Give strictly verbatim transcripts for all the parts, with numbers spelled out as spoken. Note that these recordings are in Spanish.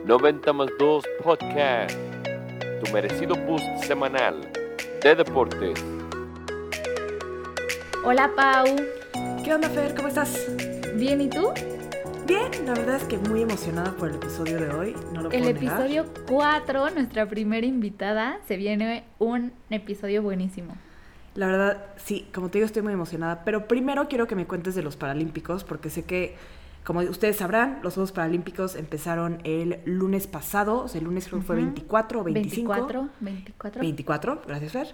noventa más dos Podcast, tu merecido boost semanal de deportes. Hola Pau. ¿Qué onda, Fer? ¿Cómo estás? Bien, ¿y tú? Bien, la verdad es que muy emocionada por el episodio de hoy, no lo puedo El negar. episodio cuatro, nuestra primera invitada, se viene un episodio buenísimo. La verdad, sí, como te digo, estoy muy emocionada, pero primero quiero que me cuentes de los Paralímpicos, porque sé que, como ustedes sabrán, los Juegos Paralímpicos empezaron el lunes pasado, o sea, el lunes creo que fue veinticuatro o veinticinco. veinticuatro, veinticuatro. veinticuatro, gracias, Fer.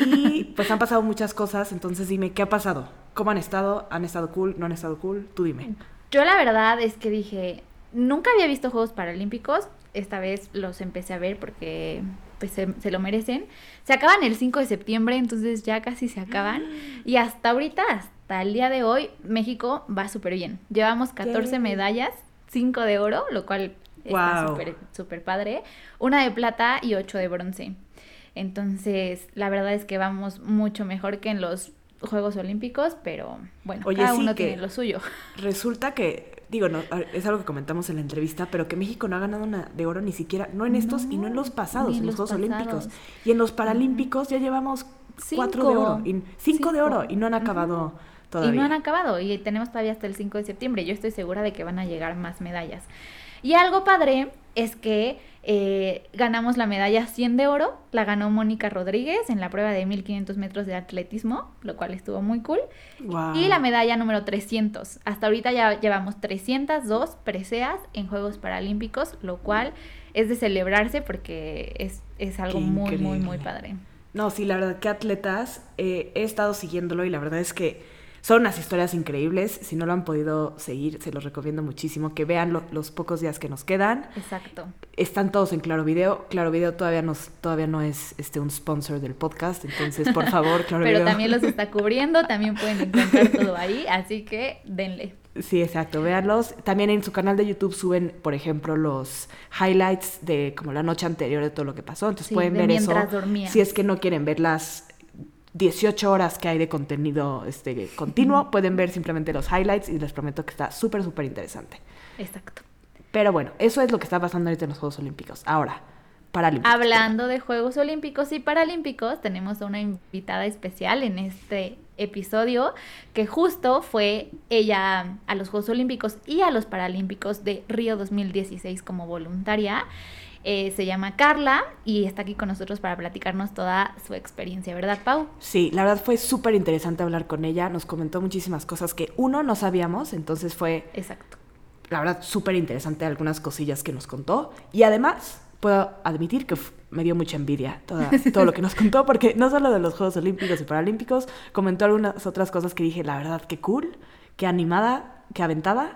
Y pues han pasado muchas cosas, entonces dime, ¿qué ha pasado? ¿Cómo han estado? ¿Han estado cool? ¿No han estado cool? Tú dime. Yo la verdad es que dije, nunca había visto Juegos Paralímpicos, esta vez los empecé a ver porque pues se, se lo merecen. Se acaban el cinco de septiembre, entonces ya casi se acaban. Y hasta ahorita, hasta el día de hoy, México va súper bien. Llevamos catorce Yay. medallas, cinco de oro, lo cual está Wow. súper súper padre. Una de plata y ocho de bronce. Entonces, la verdad es que vamos mucho mejor que en los Juegos Olímpicos, pero bueno, Oye, cada sí, uno que tiene lo suyo. Resulta que, digo, no, es algo que comentamos en la entrevista, pero que México no ha ganado una de oro ni siquiera, no en estos No, y no en los pasados, ni en en los los Juegos pasados. Olímpicos. Y en los Paralímpicos ya llevamos cuatro Cinco. de oro, y, cinco, Cinco. de oro, y no han acabado todavía. Y no han acabado, y tenemos todavía hasta el cinco de septiembre. Yo estoy segura de que van a llegar más medallas. Y algo padre es que eh, ganamos la medalla cien de oro, la ganó Mónica Rodríguez en la prueba de mil quinientos metros de atletismo, lo cual estuvo muy cool. Wow. Y la medalla número trescientos. Hasta ahorita ya llevamos trescientas dos preseas en Juegos Paralímpicos, lo cual es de celebrarse porque es, es algo Qué muy, muy, increíble. muy padre. No, sí, la verdad, qué atletas. Eh, he estado siguiéndolo y la verdad es que son unas historias increíbles. Si no lo han podido seguir, se los recomiendo muchísimo. Que vean lo- los pocos días que nos quedan. Exacto. Están todos en Claro Video. Claro Video todavía, nos, todavía no es este, un sponsor del podcast. Entonces, por favor, Claro Pero Video. también los está cubriendo, también pueden encontrar todo ahí, así que denle. Sí, exacto, véanlos. También en su canal de YouTube suben, por ejemplo, los highlights de como la noche anterior de todo lo que pasó. Entonces Sí, pueden de ver eso. mientras dormías. Si es que no quieren ver las dieciocho horas que hay de contenido este, continuo, pueden ver simplemente los highlights y les prometo que está súper, súper interesante. Exacto. Pero bueno, eso es lo que está pasando ahorita en los Juegos Olímpicos. Ahora, Paralímpicos. Hablando de Juegos Olímpicos y Paralímpicos, tenemos a una invitada especial en este episodio, que justo fue ella a los Juegos Olímpicos y a los Paralímpicos de Río dos mil dieciséis como voluntaria. Eh, se llama Carla y está aquí con nosotros para platicarnos toda su experiencia, ¿verdad, Pau? Sí, la verdad fue súper interesante hablar con ella. Nos comentó muchísimas cosas que uno no sabíamos, entonces fue Exacto. la verdad, súper interesante algunas cosillas que nos contó. Y además, puedo admitir que f- me dio mucha envidia toda, todo lo que nos contó, porque no solo de los Juegos Olímpicos y Paralímpicos, comentó algunas otras cosas que dije, la verdad, qué cool, qué animada, qué aventada.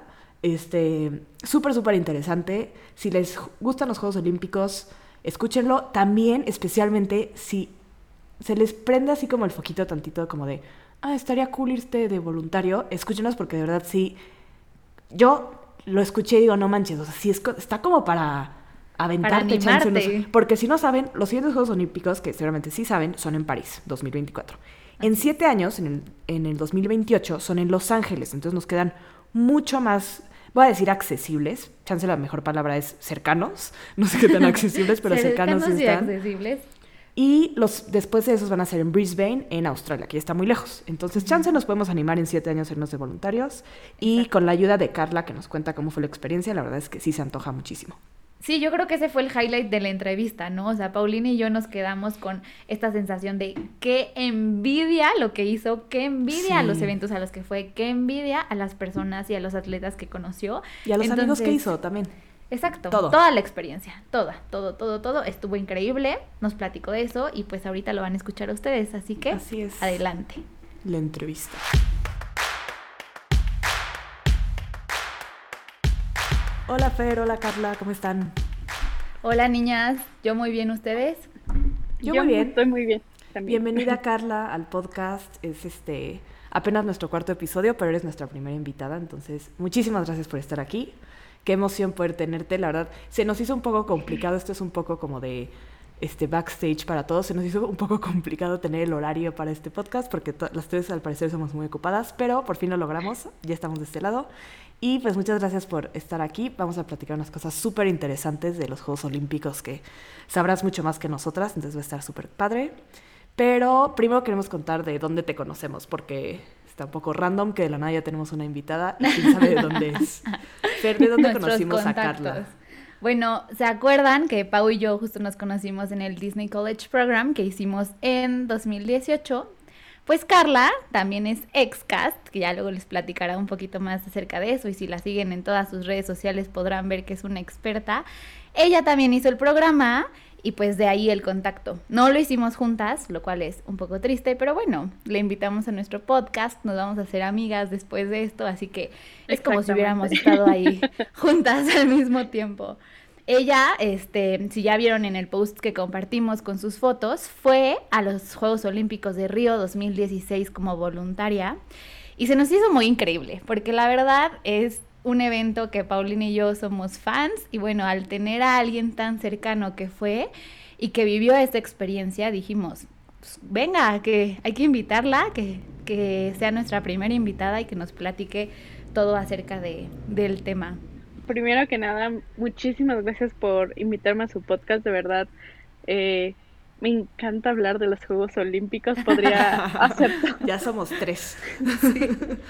Este, súper, súper interesante. Si les gustan los Juegos Olímpicos, escúchenlo. También, especialmente, si se les prende así como el foquito tantito, como de, ah, estaría cool irte de voluntario, escúchenos porque de verdad sí. Yo lo escuché y digo, no manches, o sea, sí es co- está como para aventarte, Para chance, animarte. unos- porque si no saben, los siguientes Juegos Olímpicos, que seguramente sí saben, son en París, dos mil veinticuatro. En siete años, en el, en el dos mil veintiocho, son en Los Ángeles, entonces nos quedan mucho más, voy a decir accesibles, chance la mejor palabra es cercanos, no sé qué tan accesibles, pero cercanos sí y están. accesibles. Y los, después de esos van a ser en Brisbane, en Australia, que ya está muy lejos. Entonces, chance nos podemos animar en siete años a irnos de voluntarios. Y Exacto. con la ayuda de Carla, que nos cuenta cómo fue la experiencia, la verdad es que sí se antoja muchísimo. Sí, yo creo que ese fue el highlight de la entrevista, ¿no? O sea, Paulina y yo nos quedamos con esta sensación de qué envidia lo que hizo, qué envidia a los Sí. eventos a los que fue, qué envidia a las personas y a los atletas que conoció. Y a los amigos que Entonces, hizo también. Exacto, Todo. toda la experiencia, toda, todo, todo, todo, estuvo increíble, nos platicó de eso y pues ahorita lo van a escuchar ustedes, así que Así es. adelante. La entrevista. Hola Fer, hola Carla, ¿cómo están? Hola niñas, yo muy bien, ¿ustedes? Yo muy bien. Estoy muy bien también. Bienvenida Carla al podcast. Es este apenas nuestro cuarto episodio, pero eres nuestra primera invitada, entonces muchísimas gracias por estar aquí. Qué emoción poder tenerte, la verdad. Se nos hizo un poco complicado, esto es un poco como de este backstage para todos. Se nos hizo un poco complicado tener el horario para este podcast porque to- las tres al parecer somos muy ocupadas, pero por fin lo logramos, ya estamos de este lado. Y pues muchas gracias por estar aquí. Vamos a platicar unas cosas súper interesantes de los Juegos Olímpicos que sabrás mucho más que nosotras, entonces va a estar súper padre. Pero primero queremos contar de dónde te conocemos, porque está un poco random que de la nada ya tenemos una invitada y quién sabe de dónde es. Fer, ¿de dónde conocimos contactos. a Carla? Bueno, ¿se acuerdan que Pau y yo justo nos conocimos en el Disney College Program que hicimos en dos mil dieciocho? Pues Carla también es ex-cast, que ya luego les platicará un poquito más acerca de eso, y si la siguen en todas sus redes sociales podrán ver que es una experta. Ella también hizo el programa y pues de ahí el contacto. No lo hicimos juntas, lo cual es un poco triste, pero bueno, le invitamos a nuestro podcast, nos vamos a hacer amigas después de esto, así que es como si hubiéramos estado ahí juntas al mismo tiempo. Ella, este, si ya vieron en el post que compartimos con sus fotos, fue a los Juegos Olímpicos de Río dos mil dieciséis como voluntaria y se nos hizo muy increíble, porque la verdad es un evento que Paulina y yo somos fans y bueno, al tener a alguien tan cercano que fue y que vivió esta experiencia, dijimos, pues, venga, que hay que invitarla, que, que sea nuestra primera invitada y que nos platique todo acerca de, del tema. Primero que nada, muchísimas gracias por invitarme a su podcast, de verdad. Eh, me encanta hablar de los Juegos Olímpicos, podría hacer todo. Ya somos tres. Sí.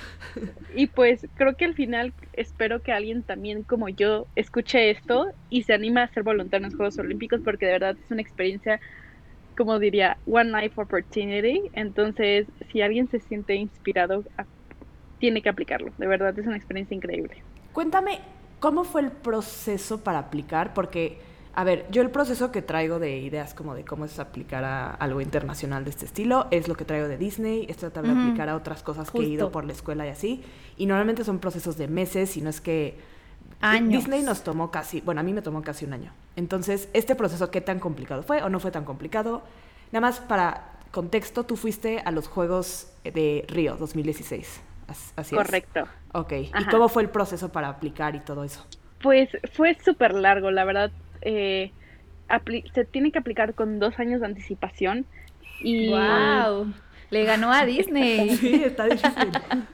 Y pues creo que al final espero que alguien también como yo escuche esto y se anime a ser voluntario en los Juegos Olímpicos, porque de verdad es una experiencia, como diría, one life opportunity. Entonces, si alguien se siente inspirado, a, tiene que aplicarlo. De verdad es una experiencia increíble. Cuéntame, ¿cómo fue el proceso para aplicar? Porque, a ver, yo el proceso que traigo de ideas como de cómo es aplicar a algo internacional de este estilo es lo que traigo de Disney, es tratar de uh-huh. aplicar a otras cosas Justo. que he ido por la escuela y así, y normalmente son procesos de meses, y no es que... Años. Disney nos tomó casi, bueno, a mí me tomó casi un año. Entonces, ¿este proceso qué tan complicado fue o no fue tan complicado? Nada más para contexto, tú fuiste a los Juegos de Río dos mil dieciséis. Así Correcto. Es. Ok. Ajá. ¿Y cómo fue el proceso para aplicar y todo eso? Pues fue súper largo, la verdad. Eh, apli- se tiene que aplicar con dos años de anticipación. Y... ¡Wow! Le ganó a Disney. Sí, está difícil.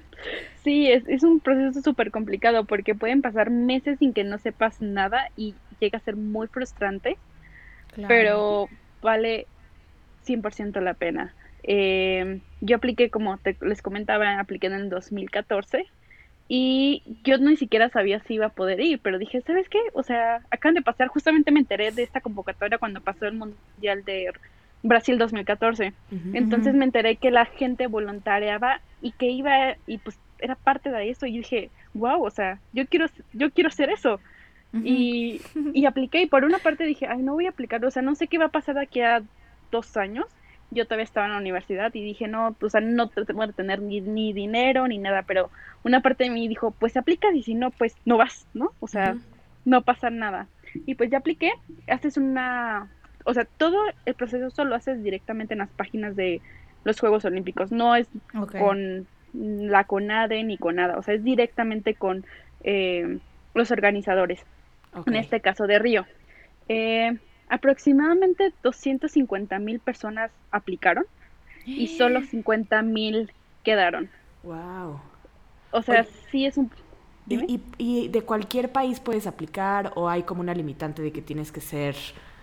Sí, es, es un proceso súper complicado porque pueden pasar meses sin que no sepas nada y llega a ser muy frustrante. Claro. Pero vale cien por ciento la pena. Eh, yo apliqué, como te, les comentaba, apliqué en el dos mil catorce y yo ni siquiera sabía si iba a poder ir, pero dije, ¿sabes qué? O sea, acaban de pasar, justamente me enteré de esta convocatoria cuando pasó el Mundial de Brasil dos mil catorce, uh-huh. Entonces me enteré que la gente voluntariaba y que iba, y pues era parte de eso, y dije, wow, o sea, yo quiero, yo quiero hacer eso. Uh-huh. y, y apliqué, y por una parte dije, ay, no voy a aplicar, o sea, no sé qué va a pasar de aquí a dos años. Yo todavía estaba en la universidad y dije, no, o sea, no voy a tener ni, ni dinero ni nada, pero una parte de mí dijo, pues aplicas y si no, pues no vas, ¿no? O sea, uh-huh. no pasa nada. Y pues ya apliqué, haces una, o sea, todo el proceso lo haces directamente en las páginas de los Juegos Olímpicos, no es okay. con la CONADE ni con nada, o sea, es directamente con eh, los organizadores, okay. en este caso de Río. Eh... Aproximadamente doscientas cincuenta mil personas aplicaron y solo cincuenta mil quedaron. Wow. O sea, Oye, sí es un... ¿Y, y, ¿Y de cualquier país puedes aplicar o hay como una limitante de que tienes que ser,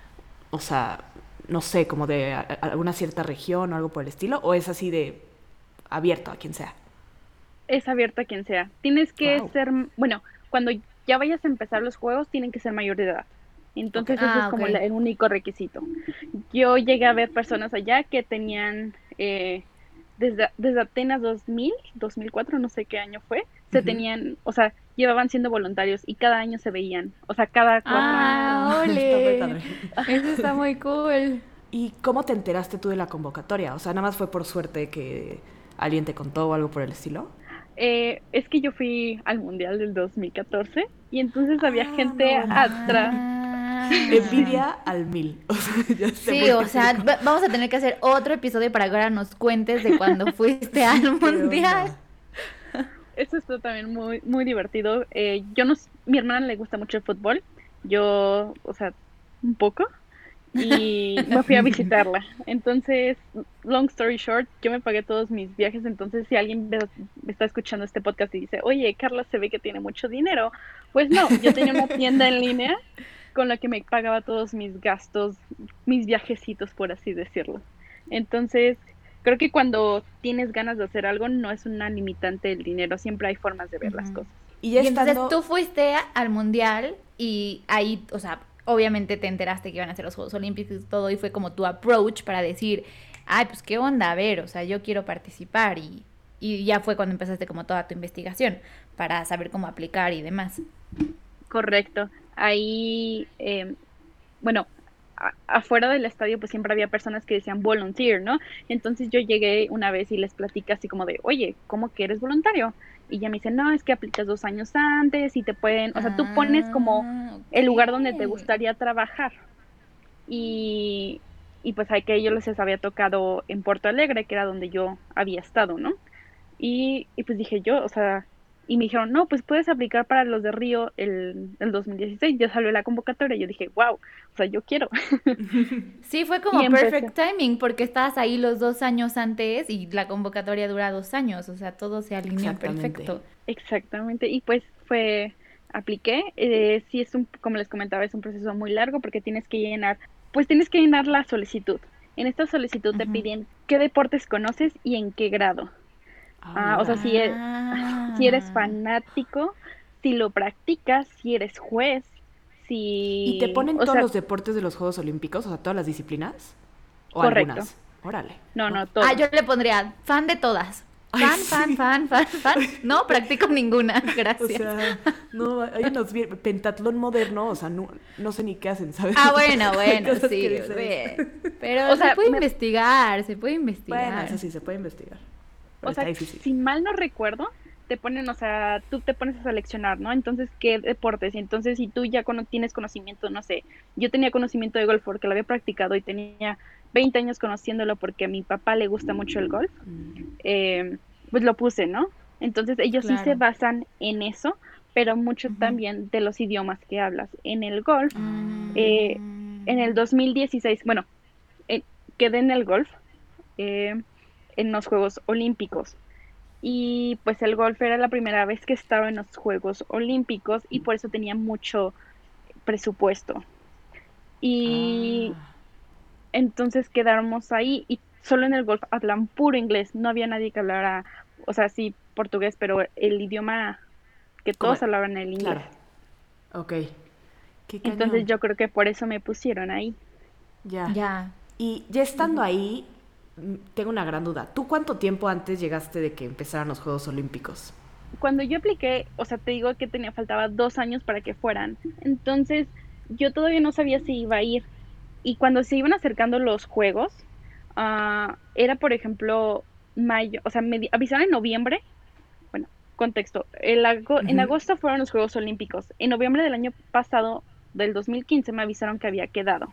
o sea, no sé, como de a, a alguna cierta región o algo por el estilo? ¿O es así de abierto a quien sea? Es abierto a quien sea. Tienes que wow. ser... Bueno, cuando ya vayas a empezar los juegos, tienen que ser mayor de edad. Entonces okay. eso ah, es como okay. la, el único requisito. Yo llegué a ver personas allá que tenían eh, desde, desde Atenas dos mil, dos mil cuatro, no sé qué año fue, se uh-huh. tenían, o sea, llevaban siendo voluntarios y cada año se veían, o sea, cada cuatro ah, años. ¡Ole! Eso está muy cool. ¿Y cómo te enteraste tú de la convocatoria? O sea, ¿nada más fue por suerte que alguien te contó o algo por el estilo? Eh, es que yo fui al Mundial del dos mil catorce y entonces había ah, gente no. atrás. Envidia al mil. O sea, ya sí, o sea, va- vamos a tener que hacer otro episodio para que ahora nos cuentes de cuando fuiste al Mundial. Eso estuvo también muy muy divertido. Eh, yo no, mi hermana le gusta mucho el fútbol. Yo, o sea, un poco. y me fui a visitarla. Entonces, long story short, yo me pagué todos mis viajes. Entonces, si alguien me, me está escuchando este podcast y dice, oye, Carla se ve que tiene mucho dinero, pues no, yo tenía una tienda en línea con la que me pagaba todos mis gastos, mis viajecitos, por así decirlo. Entonces, creo que cuando tienes ganas de hacer algo, no es una limitante el dinero, siempre hay formas de ver uh-huh. las cosas. Y, ya y estando... entonces tú fuiste al mundial y ahí, o sea, obviamente te enteraste que iban a hacer los Juegos Olímpicos y todo, y fue como tu approach para decir, ay, pues qué onda, a ver, o sea, yo quiero participar, y, y ya fue cuando empezaste como toda tu investigación para saber cómo aplicar y demás. Correcto. Ahí, eh, bueno, a, afuera del estadio pues siempre había personas que decían volunteer, ¿no? Entonces yo llegué una vez y les platicé así como de, oye, ¿cómo que eres voluntario? Y ya me dicen, no, es que aplicas dos años antes y te pueden, o sea, tú pones como okay. el lugar donde te gustaría trabajar. Y, y pues a que ellos les había tocado en Porto Alegre, que era donde yo había estado, ¿no? Y, y pues dije yo, o sea, y me dijeron, no, pues puedes aplicar para los de Río el, el dos mil dieciséis. Ya salió la convocatoria. Yo dije, wow, o sea, yo quiero. Sí, fue como perfect timing, porque estabas ahí los dos años antes y la convocatoria dura dos años. O sea, todo se alineó perfecto. Exactamente. Y pues fue, apliqué. Eh, sí, es un, como les comentaba, es un proceso muy largo porque tienes que llenar, pues tienes que llenar la solicitud. En esta solicitud uh-huh. te piden qué deportes conoces y en qué grado. Ah, o sea, si eres, si eres fanático, si lo practicas, si eres juez, si... ¿Y te ponen o todos sea, los deportes de los Juegos Olímpicos? O sea, ¿todas las disciplinas? ¿O correcto. Algunas? Órale. No, no, todas. Ah, yo le pondría fan de todas. Fan, Ay, fan, sí. fan, fan, fan. No, practico ninguna, gracias. O sea, no, hay unos pentatlón moderno, o sea, no, no sé ni qué hacen, ¿sabes? Ah, bueno, bueno, sí, sí. Pero o sea, se puede me... investigar, se puede investigar. Bueno, eso sí, se puede investigar. Pero o sea, si mal no recuerdo, te ponen, o sea, tú te pones a seleccionar, ¿no? Entonces, ¿qué deportes? Y entonces, si tú ya cono- tienes conocimiento, no sé, yo tenía conocimiento de golf porque lo había practicado y tenía veinte años conociéndolo porque a mi papá le gusta mucho el golf, mm. eh, pues lo puse, ¿no? Entonces, ellos claro. sí se basan en eso, pero mucho uh-huh. también de los idiomas que hablas. En el golf, uh-huh. eh, en el dos mil dieciséis, bueno, eh, quedé en el golf, eh, en los Juegos Olímpicos. Y pues el golf era la primera vez que estaba en los Juegos Olímpicos y por eso tenía mucho presupuesto. Y ah. entonces quedamos ahí y solo en el golf hablan puro inglés. No había nadie que hablara, o sea, sí, portugués, pero el idioma que todos ¿Cómo? Hablaban el inglés. Claro. Ok. Qué entonces yo creo que por eso me pusieron ahí. Ya. Ya. Y ya estando uh-huh. ahí, tengo una gran duda. ¿Tú cuánto tiempo antes llegaste de que empezaran los Juegos Olímpicos? Cuando yo apliqué, o sea, te digo que tenía, faltaba dos años para que fueran. Entonces, yo todavía no sabía si iba a ir. Y cuando se iban acercando los Juegos, uh, era, por ejemplo, mayo, o sea, me di- avisaron en noviembre. Bueno, contexto. El ago- uh-huh. En agosto fueron los Juegos Olímpicos. En noviembre del año pasado, del dos mil quince, me avisaron que había quedado.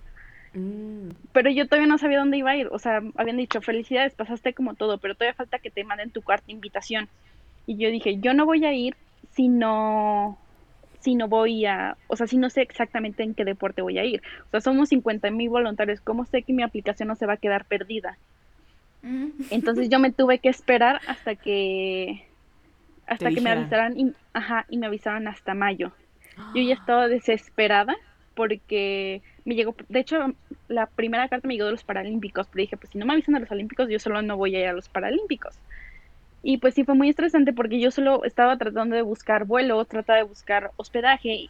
Pero yo todavía no sabía dónde iba a ir. O sea, habían dicho, felicidades, pasaste como todo, pero todavía falta que te manden tu carta de invitación. Y yo dije, yo no voy a ir si no, si no voy a, o sea, si no sé exactamente en qué deporte voy a ir. O sea, somos cincuenta mil voluntarios, ¿cómo sé que mi aplicación no se va a quedar perdida? Mm. Entonces yo me tuve que esperar hasta que, hasta que me avisaran, y, ajá, y me avisaron hasta mayo. Yo ya estaba desesperada porque me llegó, de hecho, la primera carta me llegó de los Paralímpicos, pero dije, pues si no me avisan de los Olímpicos, yo solo no voy a ir a los Paralímpicos. Y pues sí, fue muy estresante porque yo solo estaba tratando de buscar vuelos, trataba de buscar hospedaje, y,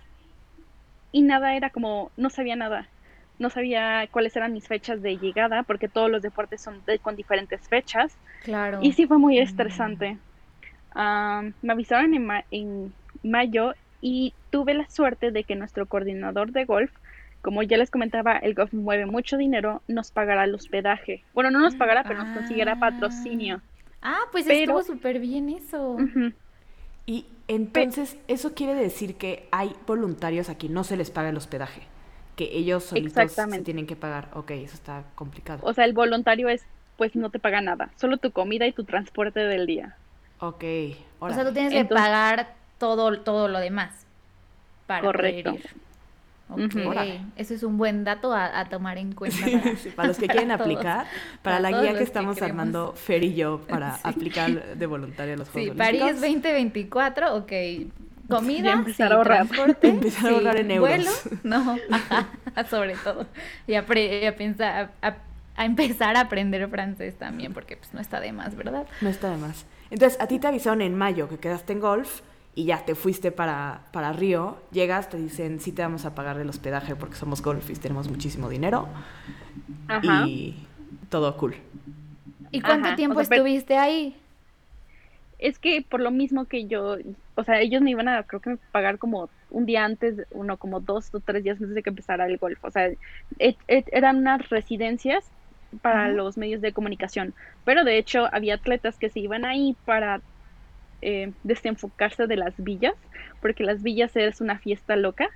y nada era como, no sabía nada. No sabía cuáles eran mis fechas de llegada, porque todos los deportes son de, con diferentes fechas. Claro. Y sí fue muy estresante. Mm. Um, me avisaron en, ma- en mayo y tuve la suerte de que nuestro coordinador de golf, como ya les comentaba, el golf mueve mucho dinero, nos pagará el hospedaje. Bueno, no nos pagará, pero ah. nos consiguiera patrocinio. Ah, pues pero, estuvo súper bien eso. Uh-huh. Y entonces, Pe- eso quiere decir que hay voluntarios aquí, no se les paga el hospedaje, que ellos solitos se tienen que pagar. Ok, eso está complicado. O sea, el voluntario es, pues no te paga nada, solo tu comida y tu transporte del día. Ok, órale. O sea, tú tienes Entonces, que pagar todo, todo lo demás para correcto. poder ir. Ok, Ujú. eso es un buen dato a, a tomar en cuenta. Sí, Para, sí, para los que quieren todos, aplicar, para, para la todos guía los que que estamos queremos. armando Fer y yo para Sí. aplicar de voluntaria a los Sí, Juegos París Olímpicos. veinte veinticuatro, ok. Comida, Ya empezar sí, a ahorrar. transporte, Empezar a sí, ahorrar en euros. vuelo, no, ajá, sobre todo. Y a, pre- a pensar, a, a- a empezar a aprender francés también, porque pues no está de más, ¿verdad? No está de más. Entonces, a ti te avisaron en mayo que quedaste en golf y ya te fuiste para, para Río. Llegas, te dicen, sí te vamos a pagar el hospedaje porque somos golfis, tenemos muchísimo dinero. Ajá. Y todo cool. ¿Y cuánto Ajá, tiempo o sea, pero- estuviste ahí? Es que por lo mismo que yo, o sea, ellos me iban a, creo que me pagar como un día antes, uno como dos o tres días antes de que empezara el golf. O sea, et- et- eran unas residencias para Ujú. los medios de comunicación. Pero de hecho había atletas que se iban ahí para eh, desenfocarse de las villas, porque las villas es una fiesta loca.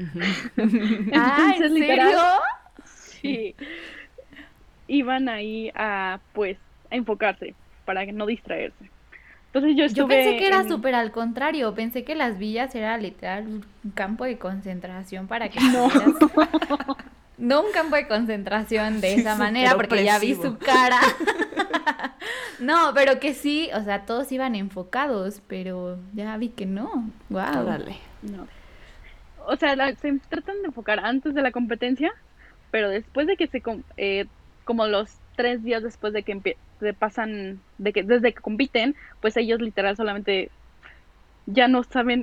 Ah, ¿en Entonces, literal, serio? sí, iban ahí a, pues, a enfocarse para no distraerse. Entonces yo Yo estuve pensé que era en- súper al contrario, pensé que las villas era literal un campo de concentración para que No. estuvieras- No un campo de concentración de Sí, esa súper manera, porque ya vi opresivo. su cara. No, pero que sí, o sea, todos iban enfocados, pero ya vi que no. Wow. Órale. No. O sea, la- se tratan de enfocar antes de la competencia, pero después de que se, com- eh, como los tres días después de que empie- de pasan, de que desde que compiten, pues ellos literal solamente ya no saben,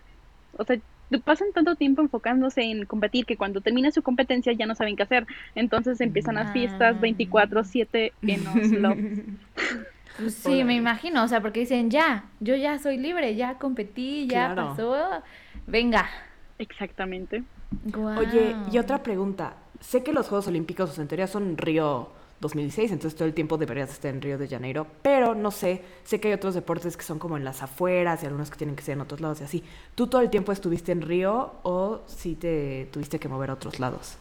o sea, pasan tanto tiempo enfocándose en competir que cuando termina su competencia ya no saben qué hacer. Entonces empiezan las fiestas Ah. veinticuatro siete en Oslo. Pues sí, Órale. me imagino, o sea, porque dicen, ya, yo ya soy libre, ya competí, ya Claro. pasó, venga. Exactamente. Guau. Oye, y otra pregunta. Sé que los Juegos Olímpicos, o sea, en teoría son Río dos mil dieciséis, entonces todo el tiempo deberías estar en Río de Janeiro, pero no sé, sé que hay otros deportes que son como en las afueras y algunos que tienen que ser en otros lados y así. ¿Tú todo el tiempo estuviste en Río o sí te tuviste que mover a otros lados?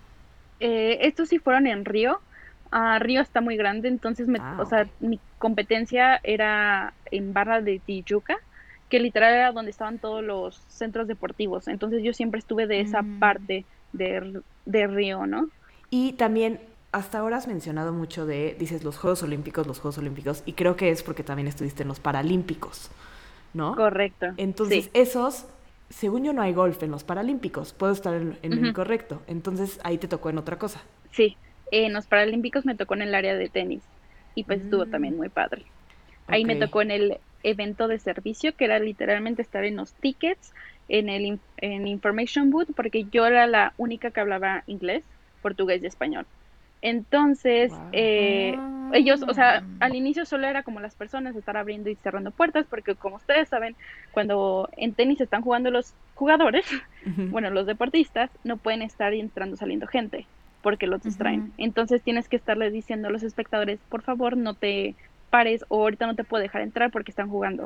Eh, estos sí fueron en Río. Ah, Río está muy grande, entonces me, Ah, o sea, ok. mi competencia era en Barra de Tijuca, que literal era donde estaban todos los centros deportivos. Entonces yo siempre estuve de esa Mm. parte de, R- de Río, ¿no? Y también, hasta ahora has mencionado mucho de, dices, los Juegos Olímpicos, los Juegos Olímpicos, y creo que es porque también estuviste en los Paralímpicos, ¿no? Correcto. Entonces, Sí. esos, según yo no hay golf en los Paralímpicos, puedo estar en, en lo Ujú. incorrecto, entonces ahí te tocó en otra cosa. Sí, en los Paralímpicos me tocó en el área de tenis y pues estuvo Mm. también muy padre. Ahí me Ok. tocó en el evento de servicio, que era literalmente estar en los tickets, en el in- en information booth, porque yo era la única que hablaba inglés, portugués y español. Entonces, Wow. eh, Ah. ellos, o sea, al inicio solo era como las personas estar abriendo y cerrando puertas, porque como ustedes saben, cuando en tenis están jugando los jugadores, Ujú. bueno, los deportistas, no pueden estar entrando saliendo gente, porque los distraen. Ujú. Entonces tienes que estarle diciendo a los espectadores, por favor, no te pares o ahorita no te puedo dejar entrar porque están jugando.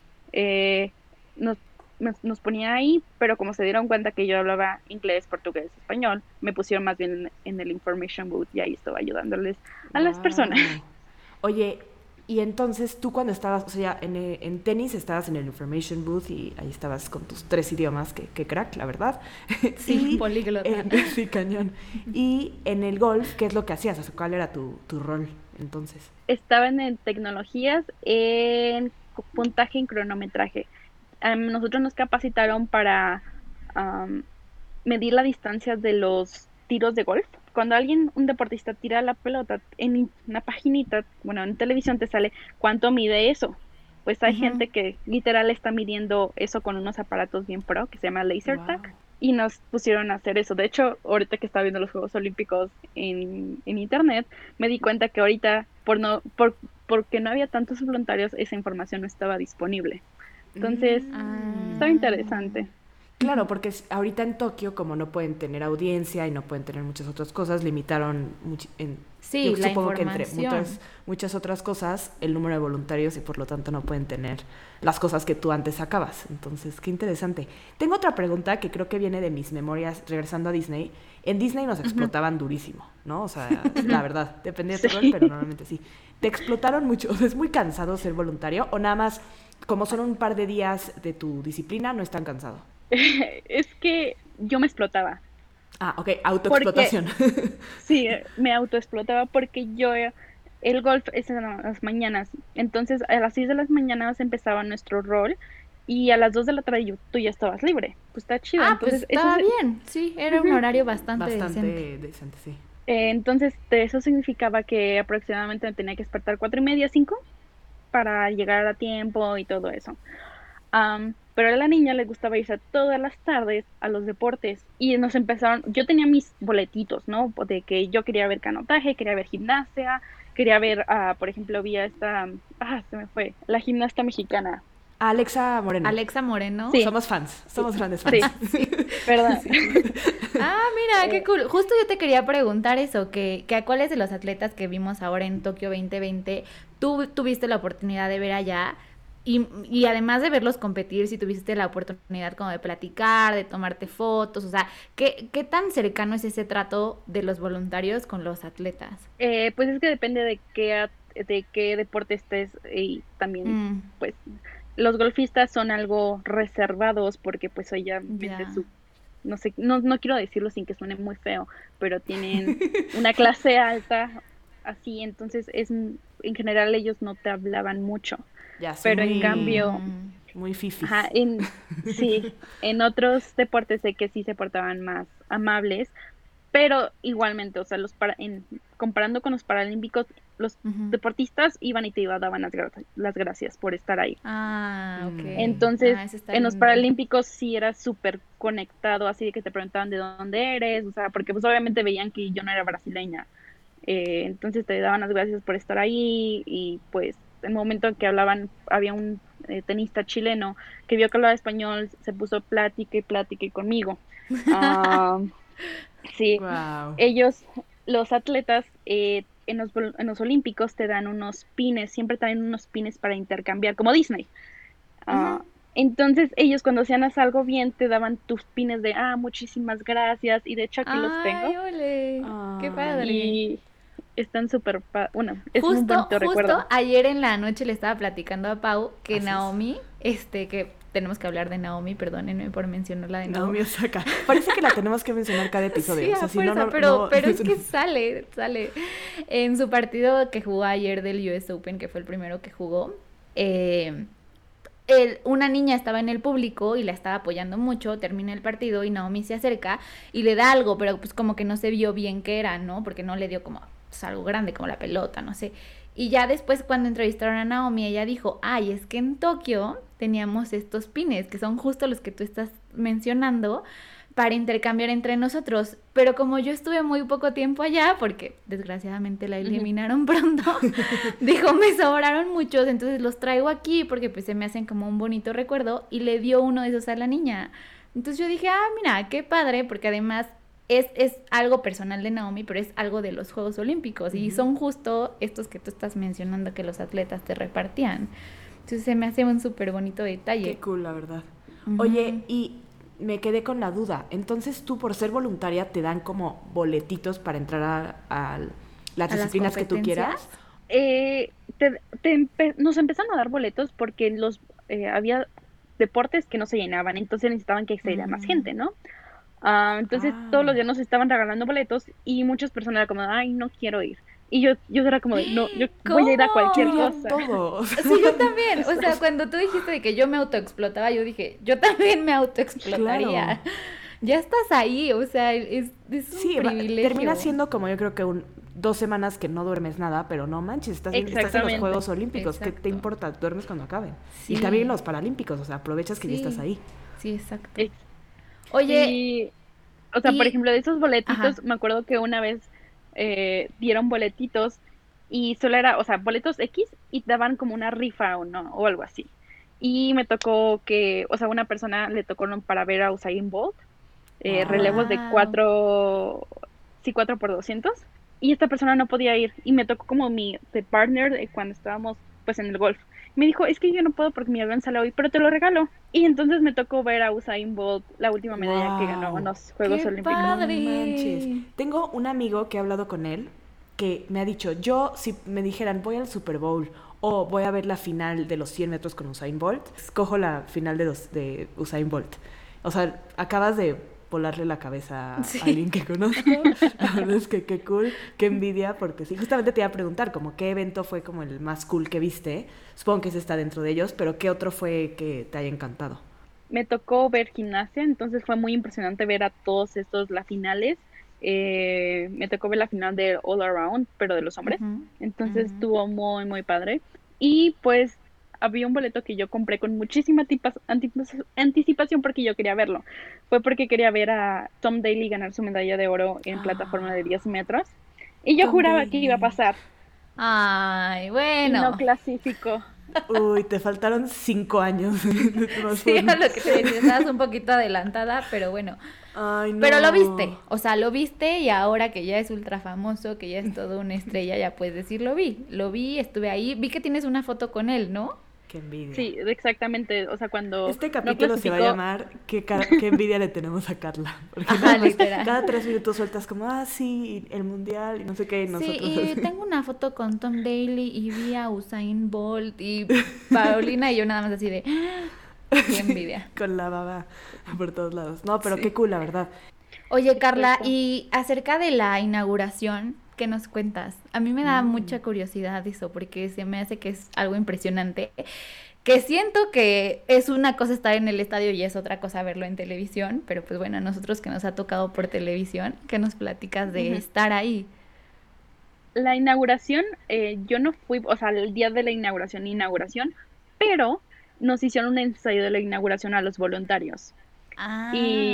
Eh, nos, nos, nos ponía ahí, pero como se dieron cuenta que yo hablaba inglés, portugués, español, me pusieron más bien en, en el information booth y ahí estaba ayudándoles a las Wow. personas. Oye, y entonces tú cuando estabas, o sea, en, eh, en tenis estabas en el information booth y ahí estabas con tus tres idiomas, que, que crack, la verdad. Sí, Y políglota. en- sí, cañón. Y en el golf, ¿qué es lo que hacías? O sea, ¿cuál era tu, tu rol entonces? Estaban en tecnologías, en puntaje y cronometraje. Um, nosotros nos capacitaron para um, medir la distancia de los tiros de golf. Cuando alguien, un deportista tira la pelota en una paginita, bueno, en televisión te sale cuánto mide eso. Pues hay Ujú. gente que literal está midiendo eso con unos aparatos bien pro que se llama laser Wow. tag y nos pusieron a hacer eso. De hecho, ahorita que estaba viendo los Juegos Olímpicos en, en internet, me di cuenta que ahorita por no por porque no había tantos voluntarios, esa información no estaba disponible. Entonces, Mm. estaba interesante. Claro, porque es- ahorita en Tokio, como no pueden tener audiencia y no pueden tener muchas otras cosas, limitaron much- en, Sí, yo la supongo que entre información. muchas, muchas otras cosas el número de voluntarios y por lo tanto no pueden tener las cosas que tú antes sacabas. Entonces, qué interesante. Tengo otra pregunta que creo que viene de mis memorias regresando a Disney. En Disney nos explotaban durísimo, ¿no? O sea, la verdad, dependía de tu rol, Sí. pero normalmente sí. ¿Te explotaron mucho? O sea, ¿es muy cansado ser voluntario o nada más, como son un par de días de tu disciplina, no es tan cansado? Es que yo me explotaba. Ah, ok, autoexplotación. Porque, sí, me autoexplotaba porque yo, el golf es en las mañanas, entonces a las seis de las mañanas empezaba nuestro rol y a las dos de la tarde yo, tú ya estabas libre, pues está chido. Ah, entonces, pues estaba eso es, bien, sí, era un horario bastante, Bastante decente. decente, sí. eh, entonces de eso significaba que aproximadamente me tenía que despertar cuatro y media, cinco, para llegar a tiempo y todo eso. Um, pero a la niña le gustaba irse todas las tardes a los deportes y nos empezaron, yo tenía mis boletitos, ¿no? De que yo quería ver canotaje, quería ver gimnasia, quería ver, uh, por ejemplo, vi a esta, ah, se me fue, la gimnasta mexicana. Alexa Moreno. Alexa Moreno. Sí. Somos fans, somos grandes fans. Sí, perdón. Sí. Ah, mira, qué cool. Justo yo te quería preguntar eso, que, que a cuáles de los atletas que vimos ahora en Tokio veinte veinte tú tuviste la oportunidad de ver allá. Y, y además de verlos competir, si tuviste la oportunidad como de platicar, de tomarte fotos, o sea, ¿qué, qué tan cercano es ese trato de los voluntarios con los atletas? Eh, pues es que depende de qué, de qué deporte estés y también, mm. pues, los golfistas son algo reservados porque pues obviamente yeah. su, no sé, no, no quiero decirlo sin que suene muy feo, pero tienen una clase alta, así, entonces es, en general ellos no te hablaban mucho. Ya, pero muy, en cambio muy fifis. Ajá, en, sí, en otros deportes sé que sí se portaban más amables, pero igualmente, o sea, los para, en, comparando con los paralímpicos, los uh-huh. deportistas iban y te iban, daban las, gra- las gracias por estar ahí. Ah, ok. Entonces, ah, en lindo. Los lindo. paralímpicos sí era súper conectado, así de que te preguntaban de dónde eres, o sea, porque pues obviamente veían que yo no era brasileña. Eh, entonces te daban las gracias por estar ahí y pues en el momento en que hablaban, había un eh, tenista chileno que vio que hablaba español, se puso plática y plática conmigo. Uh, sí, wow. Ellos, los atletas, eh, en, los, en los olímpicos te dan unos pines, siempre traen unos pines para intercambiar, como Disney. Uh, uh-huh. Entonces ellos cuando hacían algo bien te daban tus pines de, ah, muchísimas gracias, y de hecho aquí Ay, los tengo. Ole. Ah, qué padre. Y están súper, pa- bueno, es justo, un bonito justo recuerdo. Ayer en la noche le estaba platicando a Pau que Así Naomi, es. este, que tenemos que hablar de Naomi, perdónenme por mencionarla de nuevo. Naomi Osaka. Parece que la tenemos que mencionar cada episodio. Sí, o sea, a si fuerza, no, no, pero, no, pero no, es que sale, sale. En su partido que jugó ayer del U S Open, que fue el primero que jugó, eh... El, una niña estaba en el público y la estaba apoyando mucho, termina el partido y Naomi se acerca y le da algo, pero pues como que no se vio bien qué era, ¿no? Porque no le dio como pues, algo grande, como la pelota, no sé. Y ya después cuando entrevistaron a Naomi, ella dijo, ay, es que en Tokio teníamos estos pines, que son justo los que tú estás mencionando, para intercambiar entre nosotros, pero como yo estuve muy poco tiempo allá, porque desgraciadamente la eliminaron pronto, dijo, me sobraron muchos, entonces los traigo aquí porque pues se me hacen como un bonito recuerdo, y le dio uno de esos a la niña. Entonces yo dije, ah, mira, qué padre, porque además es, es algo personal de Naomi, pero es algo de los Juegos Olímpicos, uh-huh. y son justo estos que tú estás mencionando que los atletas te repartían. Entonces se me hace un súper bonito detalle. Qué cool, la verdad. Uh-huh. Oye, y me quedé con la duda. Entonces, tú, por ser voluntaria, te dan como boletitos para entrar a, a las ¿A disciplinas las que tú quieras. Eh, te, te empe- nos empezaron a dar boletos porque los eh, había deportes que no se llenaban, entonces necesitaban que accediera mm. más gente, ¿no? Uh, entonces, ah. todos los días nos estaban regalando boletos y muchas personas eran como, ay, no quiero ir. Y yo, yo era como de, no, yo ¿Cómo? voy a ir a cualquier cosa. Todo. Sí, yo también. O sea, cuando tú dijiste de que yo me autoexplotaba, yo dije, yo también me autoexplotaría. Claro. Ya estás ahí, o sea, es, es un sí, privilegio. Termina siendo como yo creo que un, dos semanas que no duermes nada, pero no manches, estás, estás en los Juegos Olímpicos. Exacto. ¿Qué te importa? Duermes cuando acaben. Sí. Y también los Paralímpicos, o sea, aprovechas que sí. ya estás ahí. Sí, exacto. Es, Oye. Y, o sea, y, por ejemplo, de esos boletitos, ajá. me acuerdo que una vez Eh, dieron boletitos y solo era, o sea, boletos X y daban como una rifa o no, o algo así. Y me tocó que, o sea, una persona le tocó para ver a Usain Bolt, eh, wow. relevos de cuatro, sí, cuatro por doscientos, y esta persona no podía ir, y me tocó como mi de partner eh, cuando estábamos pues en el golf. Me dijo, es que yo no puedo porque mi avión sale hoy, pero te lo regalo. Y entonces me tocó ver a Usain Bolt, la última medalla wow. que ganó en los Juegos ¡Qué Olímpicos. Padre! No manches. Tengo un amigo que ha hablado con él que me ha dicho, yo si me dijeran voy al Super Bowl o voy a ver la final de los cien metros con Usain Bolt, escojo la final de, los, de Usain Bolt. O sea, acabas de volarle la cabeza Sí. a alguien que conozco. La verdad es que qué cool, qué envidia, porque sí, justamente te iba a preguntar, como qué evento fue como el más cool que viste. Supongo que ese está dentro de ellos, pero ¿qué otro fue que te haya encantado? Me tocó ver gimnasia, entonces fue muy impresionante ver a todos estos, las finales. Eh, me tocó ver la final de All Around, pero de los hombres. Ujú, Entonces ujú. estuvo muy, muy padre. Y pues había un boleto que yo compré con muchísima tipas- antipas- anticipación porque yo quería verlo. Fue porque quería ver a Tom Daley ganar su medalla de oro en plataforma de diez metros. Y yo Tom juraba que iba a Daley. pasar Ay, y no bueno. clasificó. Uy, te faltaron cinco años. De todas Sí, era formas. lo que te decía, estabas un poquito adelantada, pero bueno. Ay, no. Pero lo viste, o sea, lo viste y ahora que ya es ultra famoso, que ya es todo una estrella, ya puedes decir, lo vi, lo vi, estuve ahí, vi que tienes una foto con él, ¿no? Qué envidia. Sí, exactamente. O sea, cuando Este no capítulo se va a clasificó, llamar ¿Qué, ca- qué envidia le tenemos a Carla? Porque Ajá, nada más literal. cada tres minutos sueltas como, ah, sí, el mundial y no sé qué, y Sí, nosotros y así, tengo una foto con Tom Daley y vi a Usain Bolt y Paulina y yo nada más así de, ¡ah! Qué envidia. con la baba por todos lados. No, pero Sí. qué cool, la verdad. Oye, Carla, Exacto. y acerca de la inauguración, ¿qué nos cuentas? A mí me da Mm. mucha curiosidad eso, porque se me hace que es algo impresionante. Que siento que es una cosa estar en el estadio y es otra cosa verlo en televisión, pero pues bueno, a nosotros que nos ha tocado por televisión, ¿qué nos platicas de Ujú. estar ahí? La inauguración, eh, yo no fui, o sea, el día de la inauguración, inauguración, pero nos hicieron un ensayo de la inauguración a los voluntarios. Ah,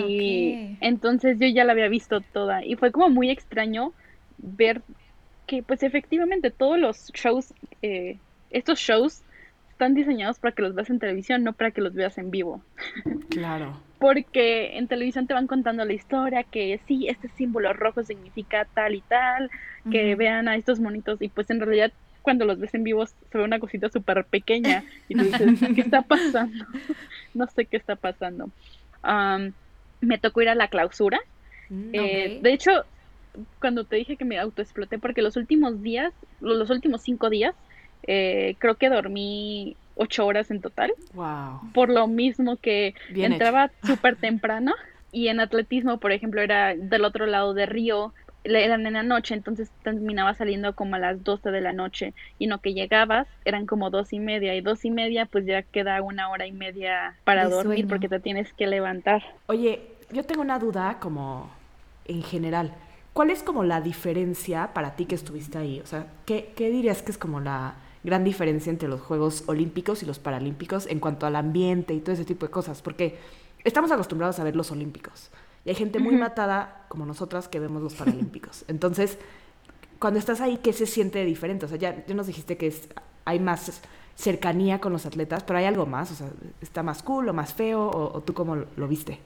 Y ok. entonces yo ya la había visto toda y fue como muy extraño ver que pues efectivamente todos los shows, eh, estos shows están diseñados para que los veas en televisión, no para que los veas en vivo. Claro. Porque en televisión te van contando la historia, que sí, este símbolo rojo significa tal y tal, que Ujú. vean a estos monitos y pues en realidad cuando los ves en vivo se ve una cosita súper pequeña y tú dices, ¿qué está pasando? No sé qué está pasando. Am, me tocó ir a la clausura. Mm. Eh, Ok. de hecho, cuando te dije que me autoexploté, porque los últimos días, lo- los últimos cinco días, eh, creo que dormí ocho horas en total, Wow. por lo mismo que Bien hecho. entraba súper temprano y en atletismo, por ejemplo, era del otro lado de Río, le- eran en la noche, entonces terminaba saliendo como a las doce de la noche y no que llegabas, eran como dos y media y dos y media pues ya queda una hora y media para De dormir sueño. porque te tienes que levantar. Oye, yo tengo una duda como en general. ¿Cuál es como la diferencia para ti que estuviste ahí? O sea, ¿qué, qué dirías que es como la gran diferencia entre los Juegos Olímpicos y los Paralímpicos en cuanto al ambiente y todo ese tipo de cosas? Porque estamos acostumbrados a ver los Olímpicos y hay gente muy Ujú. matada como nosotras que vemos los Paralímpicos. Entonces, cuando estás ahí, ¿qué se siente diferente? O sea, ya, ya nos dijiste que es, hay más cercanía con los atletas, pero hay algo más, o sea, ¿está más cool o más feo o, o tú cómo lo, lo viste?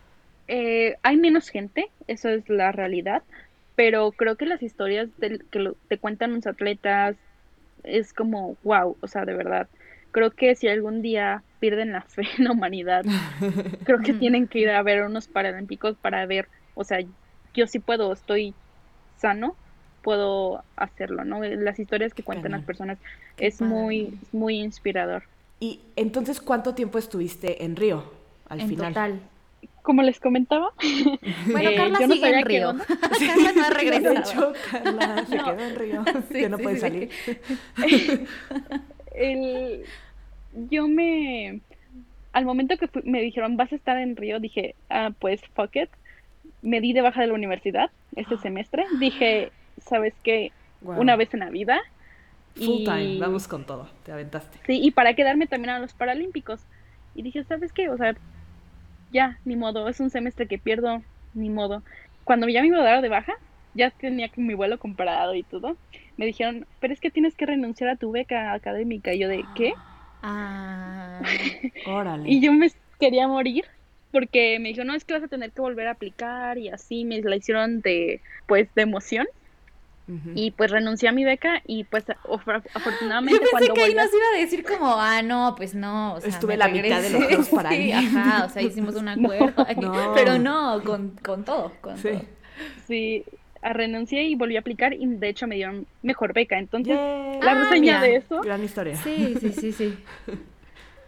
Eh, hay menos gente, eso es la realidad, pero creo que las historias del- que lo- te cuentan los atletas es como, wow, o sea, de verdad. Creo que si algún día pierden la fe en la humanidad, creo que Ujú. tienen que ir a ver unos Paralímpicos para ver, o sea, yo sí puedo, estoy sano, puedo hacerlo, ¿no? Las historias que Qué cuentan las cañón. personas Qué es padre. muy, es muy inspirador. Y entonces, ¿cuánto tiempo estuviste en Río al En final? total. Como les comentaba, Bueno, eh, Carla yo no sigue en sabía qué Río. onda. Carla no ha De regresado. hecho, Carla se No. quedó en Río, Sí, ya no sí, puede sí. salir. El, yo me, al momento que fui- me dijeron, vas a estar en Río, dije, ah, pues fuck it. Me di de baja de la universidad este semestre. Dije, ¿sabes qué? Wow. Una vez en la vida. Full time, Y vamos con todo, te aventaste. sí, y para quedarme también a los Paralímpicos. Y dije, ¿sabes qué? O sea, ya, ni modo, es un semestre que pierdo, ni modo. Cuando ya me iba a dar de baja, ya tenía mi vuelo comprado y todo, me dijeron, pero es que tienes que renunciar a tu beca académica. Y yo de, ¿qué? Ah, Órale. Y yo me quería morir porque me dijo, no, es que vas a tener que volver a aplicar y así me la hicieron de, pues, de emoción. Ujú. Y pues renuncié a mi beca y pues of- yo afortunadamente pensé cuando que ahí volví a- nos iba a decir como, ah, no, pues no, o sea, Estuve me la mitad de los regresé. Juegos Sí, Paralímpicos. ajá, o sea, hicimos un No. acuerdo ahí, No. pero no, con, con todo, con Sí. todo. sí, a- renuncié y volví a aplicar y de hecho me dieron mejor beca. Entonces, Yay. la Ah, reseña mira. de eso Gran historia. Sí, sí, sí, sí.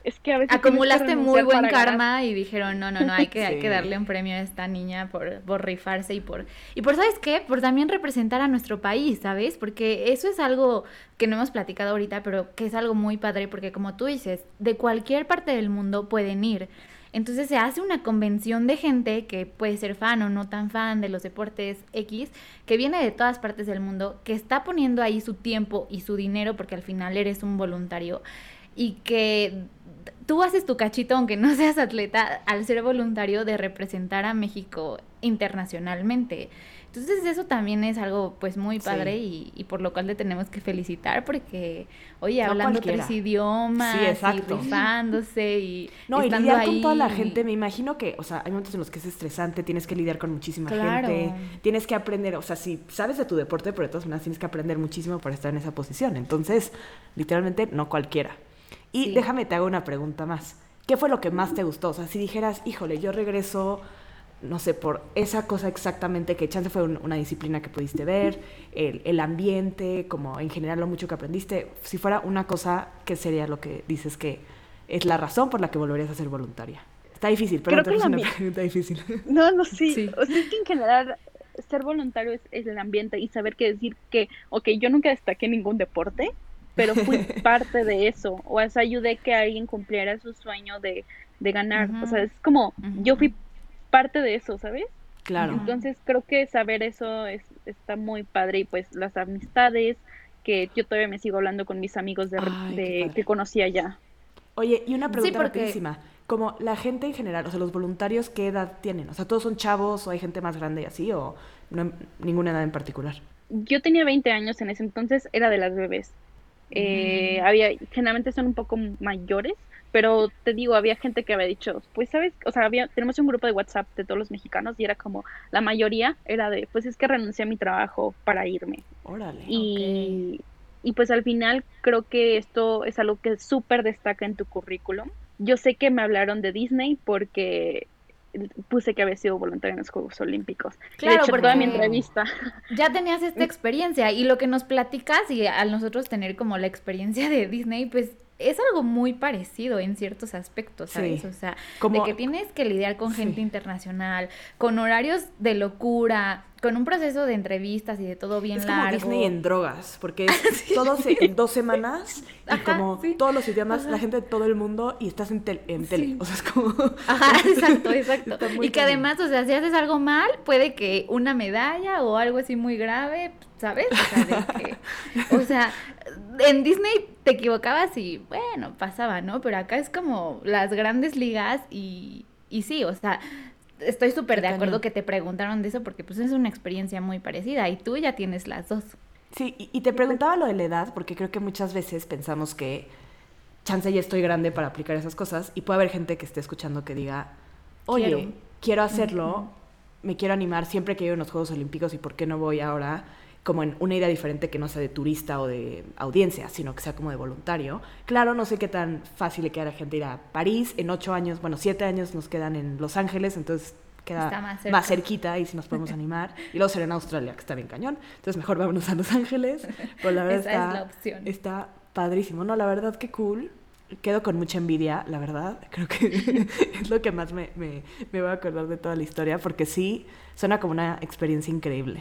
Es que a veces acumulaste muy buen karma ganar. y dijeron, no, no, no, hay que, sí. hay que darle un premio a esta niña por, por rifarse y por, y por, ¿sabes qué? Por también representar a nuestro país, ¿sabes? Porque eso es algo que no hemos platicado ahorita, pero que es algo muy padre, porque como tú dices, de cualquier parte del mundo pueden ir. Entonces se hace una convención de gente que puede ser fan o no tan fan de los deportes X, que viene de todas partes del mundo, que está poniendo ahí su tiempo y su dinero, porque al final eres un voluntario, y que tú haces tu cachito, aunque no seas atleta, al ser voluntario de representar a México internacionalmente. Entonces eso también es algo pues muy padre, sí. y, y por lo cual le tenemos que felicitar porque, oye, no hablando cualquiera. tres idiomas, sí, y rifándose y no, estando y lidiar ahí. con toda la gente, me imagino que, o sea, hay momentos en los que es estresante, tienes que lidiar con muchísima claro. gente, tienes que aprender, o sea, si sabes de tu deporte, pero de todas maneras tienes que aprender muchísimo para estar en esa posición. Entonces, literalmente, no cualquiera. Y sí. déjame, te hago una pregunta más. ¿Qué fue lo que más te gustó? O sea, si dijeras, híjole, yo regreso, no sé, por esa cosa exactamente que chance fue un, una disciplina que pudiste ver, el, el ambiente, como en general lo mucho que aprendiste, si fuera una cosa, ¿qué sería lo que dices que es la razón por la que volverías a ser voluntaria? Está difícil, pero Creo no te que es una pregunta difícil. No, no, sí. sí. O sea, es que en general ser voluntario es, es el ambiente y saber qué decir que, ok, yo nunca destaqué en ningún deporte, pero fui parte de eso, o sea, ayudé que alguien cumpliera su sueño de, de ganar, uh-huh. o sea, es como, uh-huh. yo fui parte de eso, ¿sabes? Claro. Entonces creo que saber eso es, está muy padre, y pues las amistades, que yo todavía me sigo hablando con mis amigos de, Ay, de que conocí allá. Oye, y una pregunta sí, porque... rapidísima, como la gente en general, o sea, los voluntarios, ¿qué edad tienen? O sea, ¿todos son chavos o hay gente más grande y así, o no, ninguna edad en particular? Yo tenía veinte años en ese entonces, era de las bebés. Eh, mm. había, generalmente son un poco mayores, pero te digo, había gente que había dicho, pues sabes, o sea, había, tenemos un grupo de WhatsApp de todos los mexicanos y era como, la mayoría era de, pues es que renuncié a mi trabajo para irme. Órale. Y, okay. y pues al final creo que esto es algo que súper destaca en tu currículum. Yo sé que me hablaron de Disney porque puse que había sido voluntaria en los Juegos Olímpicos. Claro, de hecho, porque toda mi entrevista. Ya tenías esta experiencia y lo que nos platicas y al nosotros tener como la experiencia de Disney, pues es algo muy parecido en ciertos aspectos, ¿sabes? Sí. O sea, como... de que tienes que lidiar con gente sí. internacional, con horarios de locura, con un proceso de entrevistas y de todo bien es largo. Es como Disney en drogas, porque es sí. todo se, en dos semanas y Ajá, como sí. todos los idiomas, Ajá. la gente de todo el mundo y estás en, tel, en sí. tele, o sea, es como... Ajá, exacto, exacto. Y que además, o sea, si haces algo mal, puede que una medalla o algo así muy grave, ¿sabes? O sea, de que, o sea, en Disney te equivocabas y, bueno, pasaba, ¿no? Pero acá es como las grandes ligas y, y sí, o sea... Estoy súper de acuerdo que te preguntaron de eso porque pues es una experiencia muy parecida y tú ya tienes las dos. Sí, y, y te preguntaba lo de la edad porque creo que muchas veces pensamos que chance ya estoy grande para aplicar esas cosas y puede haber gente que esté escuchando que diga, oye, quiero, quiero hacerlo, uh-huh. me quiero animar siempre que llegue a los Juegos Olímpicos y por qué no voy ahora como en una idea diferente que no sea de turista o de audiencia, sino que sea como de voluntario. Claro, no sé qué tan fácil le queda a la gente ir a París. En ocho años, bueno, siete años nos quedan en Los Ángeles, entonces queda más, más cerquita y si nos podemos animar. Y luego será en Australia, que está bien cañón. Entonces mejor vámonos a Los Ángeles. Pero la verdad Esa está, es la opción. Está padrísimo. No, la verdad, qué cool. Quedo con mucha envidia, la verdad. Creo que es lo que más me, me, me voy a acordar de toda la historia, porque sí, suena como una experiencia increíble.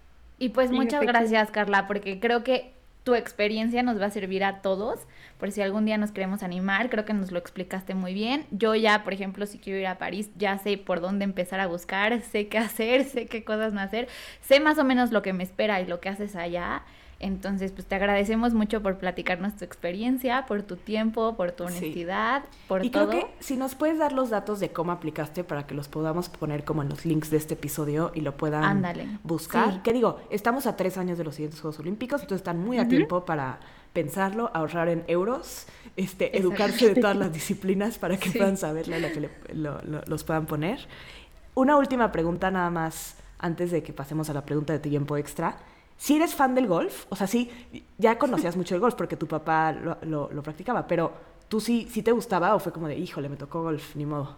Y pues muchas gracias, Carla, porque creo que tu experiencia nos va a servir a todos, por si algún día nos queremos animar, creo que nos lo explicaste muy bien. Yo ya, por ejemplo, si quiero ir a París, ya sé por dónde empezar a buscar, sé qué hacer, sé qué cosas no hacer, sé más o menos lo que me espera y lo que haces allá. Entonces, pues te agradecemos mucho por platicarnos tu experiencia, por tu tiempo, por tu honestidad, sí. por y todo. Y creo que si nos puedes dar los datos de cómo aplicaste para que los podamos poner como en los links de este episodio y lo puedan Ándale. buscar. Sí. Que digo, estamos a tres años de los siguientes Juegos Olímpicos, entonces están muy a uh-huh. tiempo para pensarlo, ahorrar en euros, este, educarse de todas las disciplinas para que sí. puedan saberlo y lo que le, lo, lo, los puedan poner. Una última pregunta nada más antes de que pasemos a la pregunta de tiempo extra. Si eres fan del golf, o sea, sí, ya conocías mucho el golf porque tu papá lo, lo, lo practicaba, pero ¿tú sí, sí te gustaba o fue como de, híjole, me tocó golf, ni modo?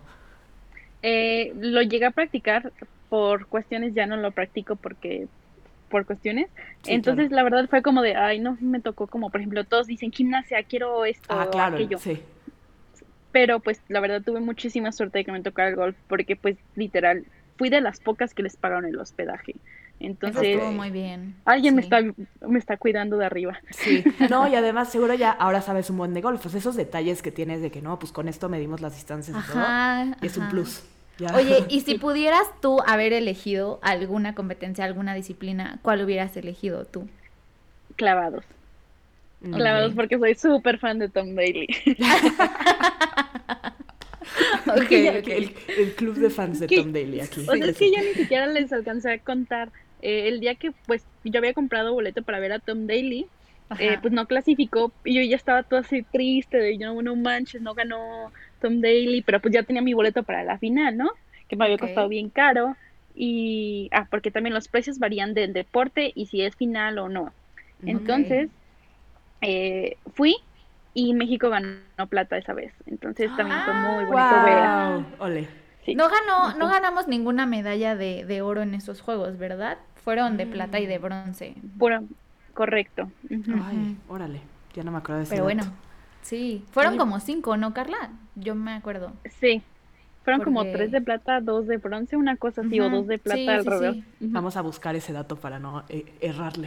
Eh, lo llegué a practicar por cuestiones, ya no lo practico porque por cuestiones. Sí, Entonces, claro. la verdad fue como de, ay, no, me tocó como, por ejemplo, todos dicen gimnasia, quiero esto ah, o claro, aquello. Sí. pero pues la verdad tuve muchísima suerte de que me tocara el golf, porque pues literal fui de las pocas que les pagaron el hospedaje. Entonces, Eso estuvo muy bien. alguien me Sí. está me está cuidando de arriba. Sí, no, y además seguro ya ahora sabes un buen de golf. Pues esos detalles que tienes de que no, pues con esto medimos las distancias y todo. Ajá, Y es un ajá. plus. Ya. Oye, y si pudieras tú haber elegido alguna competencia, alguna disciplina, ¿cuál hubieras elegido tú? Clavados. Mm. Clavados porque soy súper fan de Tom Daley. Ok, Que ya- ok. que el, el club de fans de ¿Qué? Tom Daley aquí. O sea, es que yo ni siquiera les alcancé a contar. Eh, el día que pues yo había comprado boleto para ver a Tom Daley, Ajá. eh, pues no clasificó y yo ya estaba toda así triste de no, no manches, no ganó Tom Daley, pero pues ya tenía mi boleto para la final, ¿no? Que me había Ok. costado bien caro. Y, ah, porque también los precios varían del deporte y si es final o no. Entonces, eh, fui y México ganó plata esa vez. Entonces también fue muy bonito ver. Wow, ole. Sí. No ganó, no Entonces, ganamos ninguna medalla de, de oro en esos juegos, ¿verdad? Fueron de plata y de bronce. pura- correcto. Ujú. Ay, órale. Ya no me acuerdo de ese Pero dato. bueno, sí. Fueron Oye. como cinco, ¿no, Carla? Yo me acuerdo. Sí, fueron como Porque- tres de plata, dos de bronce, una cosa así, o Ujú, dos de plata sí, al sí, revés. sí. Ujú. Vamos a buscar ese dato para no eh, errarle.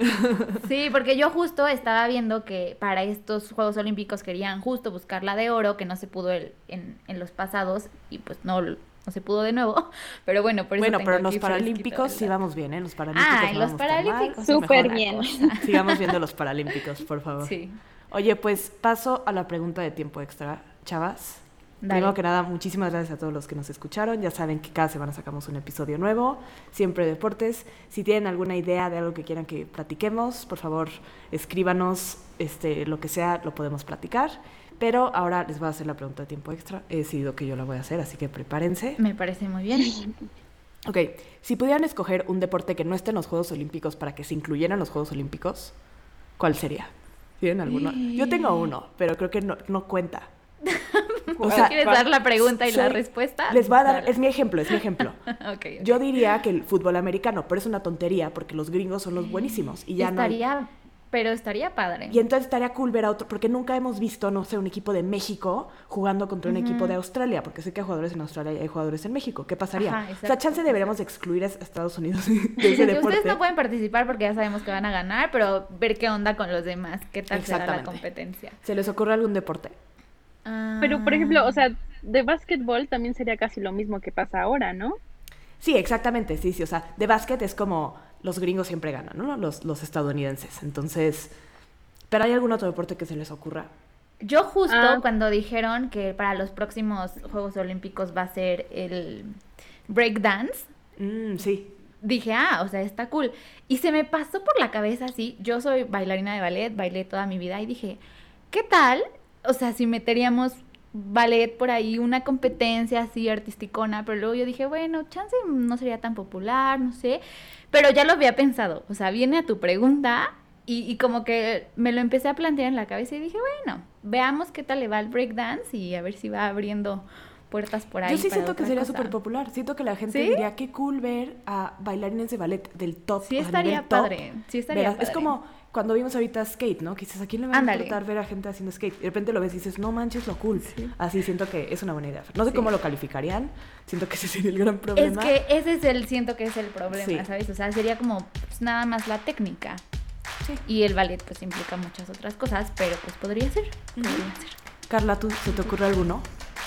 Sí, porque yo justo estaba viendo que para estos Juegos Olímpicos querían justo buscar la de oro, que no se pudo el- en, en los pasados, y pues no, no se pudo de nuevo. Pero bueno, por eso Bueno, tengo pero en los aquí fresquito Paralímpicos el sí dato. vamos bien, ¿eh? En los Paralímpicos Ah, no en los vamos tan mal. Paralímpicos. Súper mejor la bien. cosa. Sigamos viendo los Paralímpicos, por favor. Sí. Oye, pues paso a la pregunta de tiempo extra, chavas. Dale. Primero que nada, muchísimas gracias a todos los que nos escucharon. Ya saben que cada semana sacamos un episodio nuevo, siempre deportes. Si tienen alguna idea de algo que quieran que platiquemos, por favor, escríbanos, este, lo que sea, lo podemos platicar. Pero ahora les voy a hacer la pregunta de tiempo extra. He decidido que yo la voy a hacer, así que prepárense. Me parece muy bien. Ok, si pudieran escoger un deporte que no esté en los Juegos Olímpicos para que se incluyera en los Juegos Olímpicos, ¿cuál sería? ¿Tienen alguno? Yo tengo uno, pero creo que no, no cuenta. O sea, ¿Quieres dar la pregunta y la soy- respuesta? Les voy a dar, Dale. es mi ejemplo, es mi ejemplo. Ok, ok. Yo diría que el fútbol americano, pero es una tontería porque los gringos son los buenísimos y ya no hay- estaría, pero estaría padre. Y entonces estaría cool ver a otro, porque nunca hemos visto, no sé, un equipo de México jugando contra un equipo de Australia, porque sé que hay jugadores en Australia y hay jugadores en México. ¿Qué pasaría? Ajá, o sea, exacto. chance deberíamos de excluir a Estados Unidos de ese Que deporte. ustedes no pueden participar porque ya sabemos que van a ganar, pero ver qué onda con los demás, qué tal será la Exactamente. competencia. ¿Se les ocurre algún deporte? Pero, por ejemplo, Ah. o sea, de básquetbol también sería casi lo mismo que pasa ahora, ¿no? Sí, exactamente, sí, sí. O sea, de básquet es como los gringos siempre ganan, ¿no? Los, los estadounidenses. Entonces, ¿pero hay algún otro deporte que se les ocurra? Yo justo Ah. cuando dijeron que para los próximos Juegos Olímpicos va a ser el breakdance, Mm, sí. dije, ah, o sea, está cool. Y se me pasó por la cabeza así, yo soy bailarina de ballet, bailé toda mi vida y dije, ¿qué tal? O sea, si meteríamos ballet por ahí, una competencia así artisticona, pero luego yo dije, bueno, chance no sería tan popular, no sé, pero ya lo había pensado, o sea, viene a tu pregunta y, y como que me lo empecé a plantear en la cabeza y dije, bueno, veamos qué tal le va al breakdance y a ver si va abriendo puertas por ahí. Yo sí para siento que otra sería cosa. súper popular. Siento que la gente ¿Sí? diría, qué cool ver a bailarines de ballet del top. Sí o sea, estaría nivel top, padre, sí estaría ver a- Es padre. como cuando vimos ahorita skate, ¿no? Que dices, ¿a quién le va a Ándale. importar ver a gente haciendo skate? Y de repente lo ves y dices, no manches, lo cool. Así siento que es una buena idea. No sé Sí. cómo lo calificarían. Siento que ese sería el gran Es problema. que ese es el, siento que es el problema, Sí. ¿sabes? O sea, sería como pues, nada más la técnica. Sí. Y el ballet pues implica muchas otras cosas, pero pues podría ser, podría ser. Carla, ¿tú se te ocurre alguno?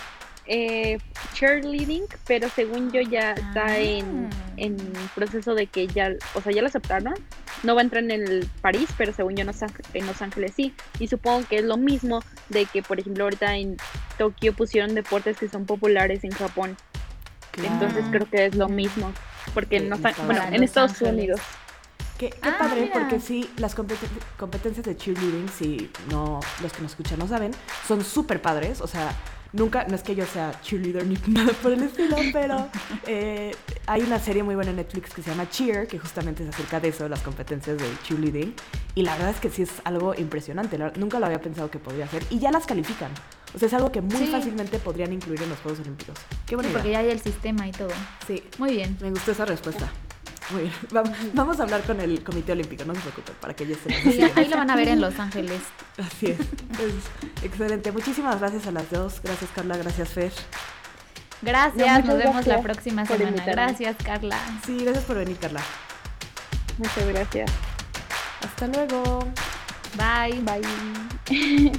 Eh, cheerleading, pero según yo ya está Ah. en, en proceso de que ya, o sea, ya lo aceptaron. No va a entrar en el París, pero según yo en Los, Ángeles, en Los Ángeles sí. Y supongo que es lo mismo de que, por ejemplo, ahorita en Tokio pusieron deportes que son populares en Japón. Entonces Ah. creo que es lo mismo. Porque En en, Los Á- Estados bueno, Unidos. en Los Estados Ángeles. Unidos. Qué, qué Ah, padre, mira. porque sí, las competen- competencias de cheerleading, si no, los que nos escuchan no saben, son súper padres. O sea, nunca, no es que yo sea cheerleader ni nada por el estilo, pero eh, hay una serie muy buena en Netflix que se llama Cheer, que justamente se acerca de eso, de las competencias de cheerleading. Y la verdad es que sí es algo impresionante. la- nunca lo había pensado que podría hacer. Y ya las califican. O sea, es algo que muy Sí. fácilmente podrían incluir en los Juegos Olímpicos. Qué Sí, bonito. porque ya hay el sistema y todo. Sí, Muy bien. me gustó esa respuesta. Muy bien. Vamos, vamos a hablar con el Comité Olímpico, no se preocupen, para que ya estén. Sí, ahí lo van a ver en Los Ángeles. Así es. Es excelente. Muchísimas gracias a las dos. Gracias, Carla. Gracias, Fer. Gracias, No, nos muchas vemos la gracias próxima por semana. invitarme. Gracias, Carla. Sí, gracias por venir, Carla. Muchas gracias. Hasta luego. Bye. Bye.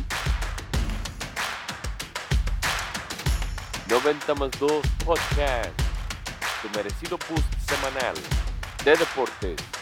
noventa más dos Podcast, tu merecido boost semanal de deportes.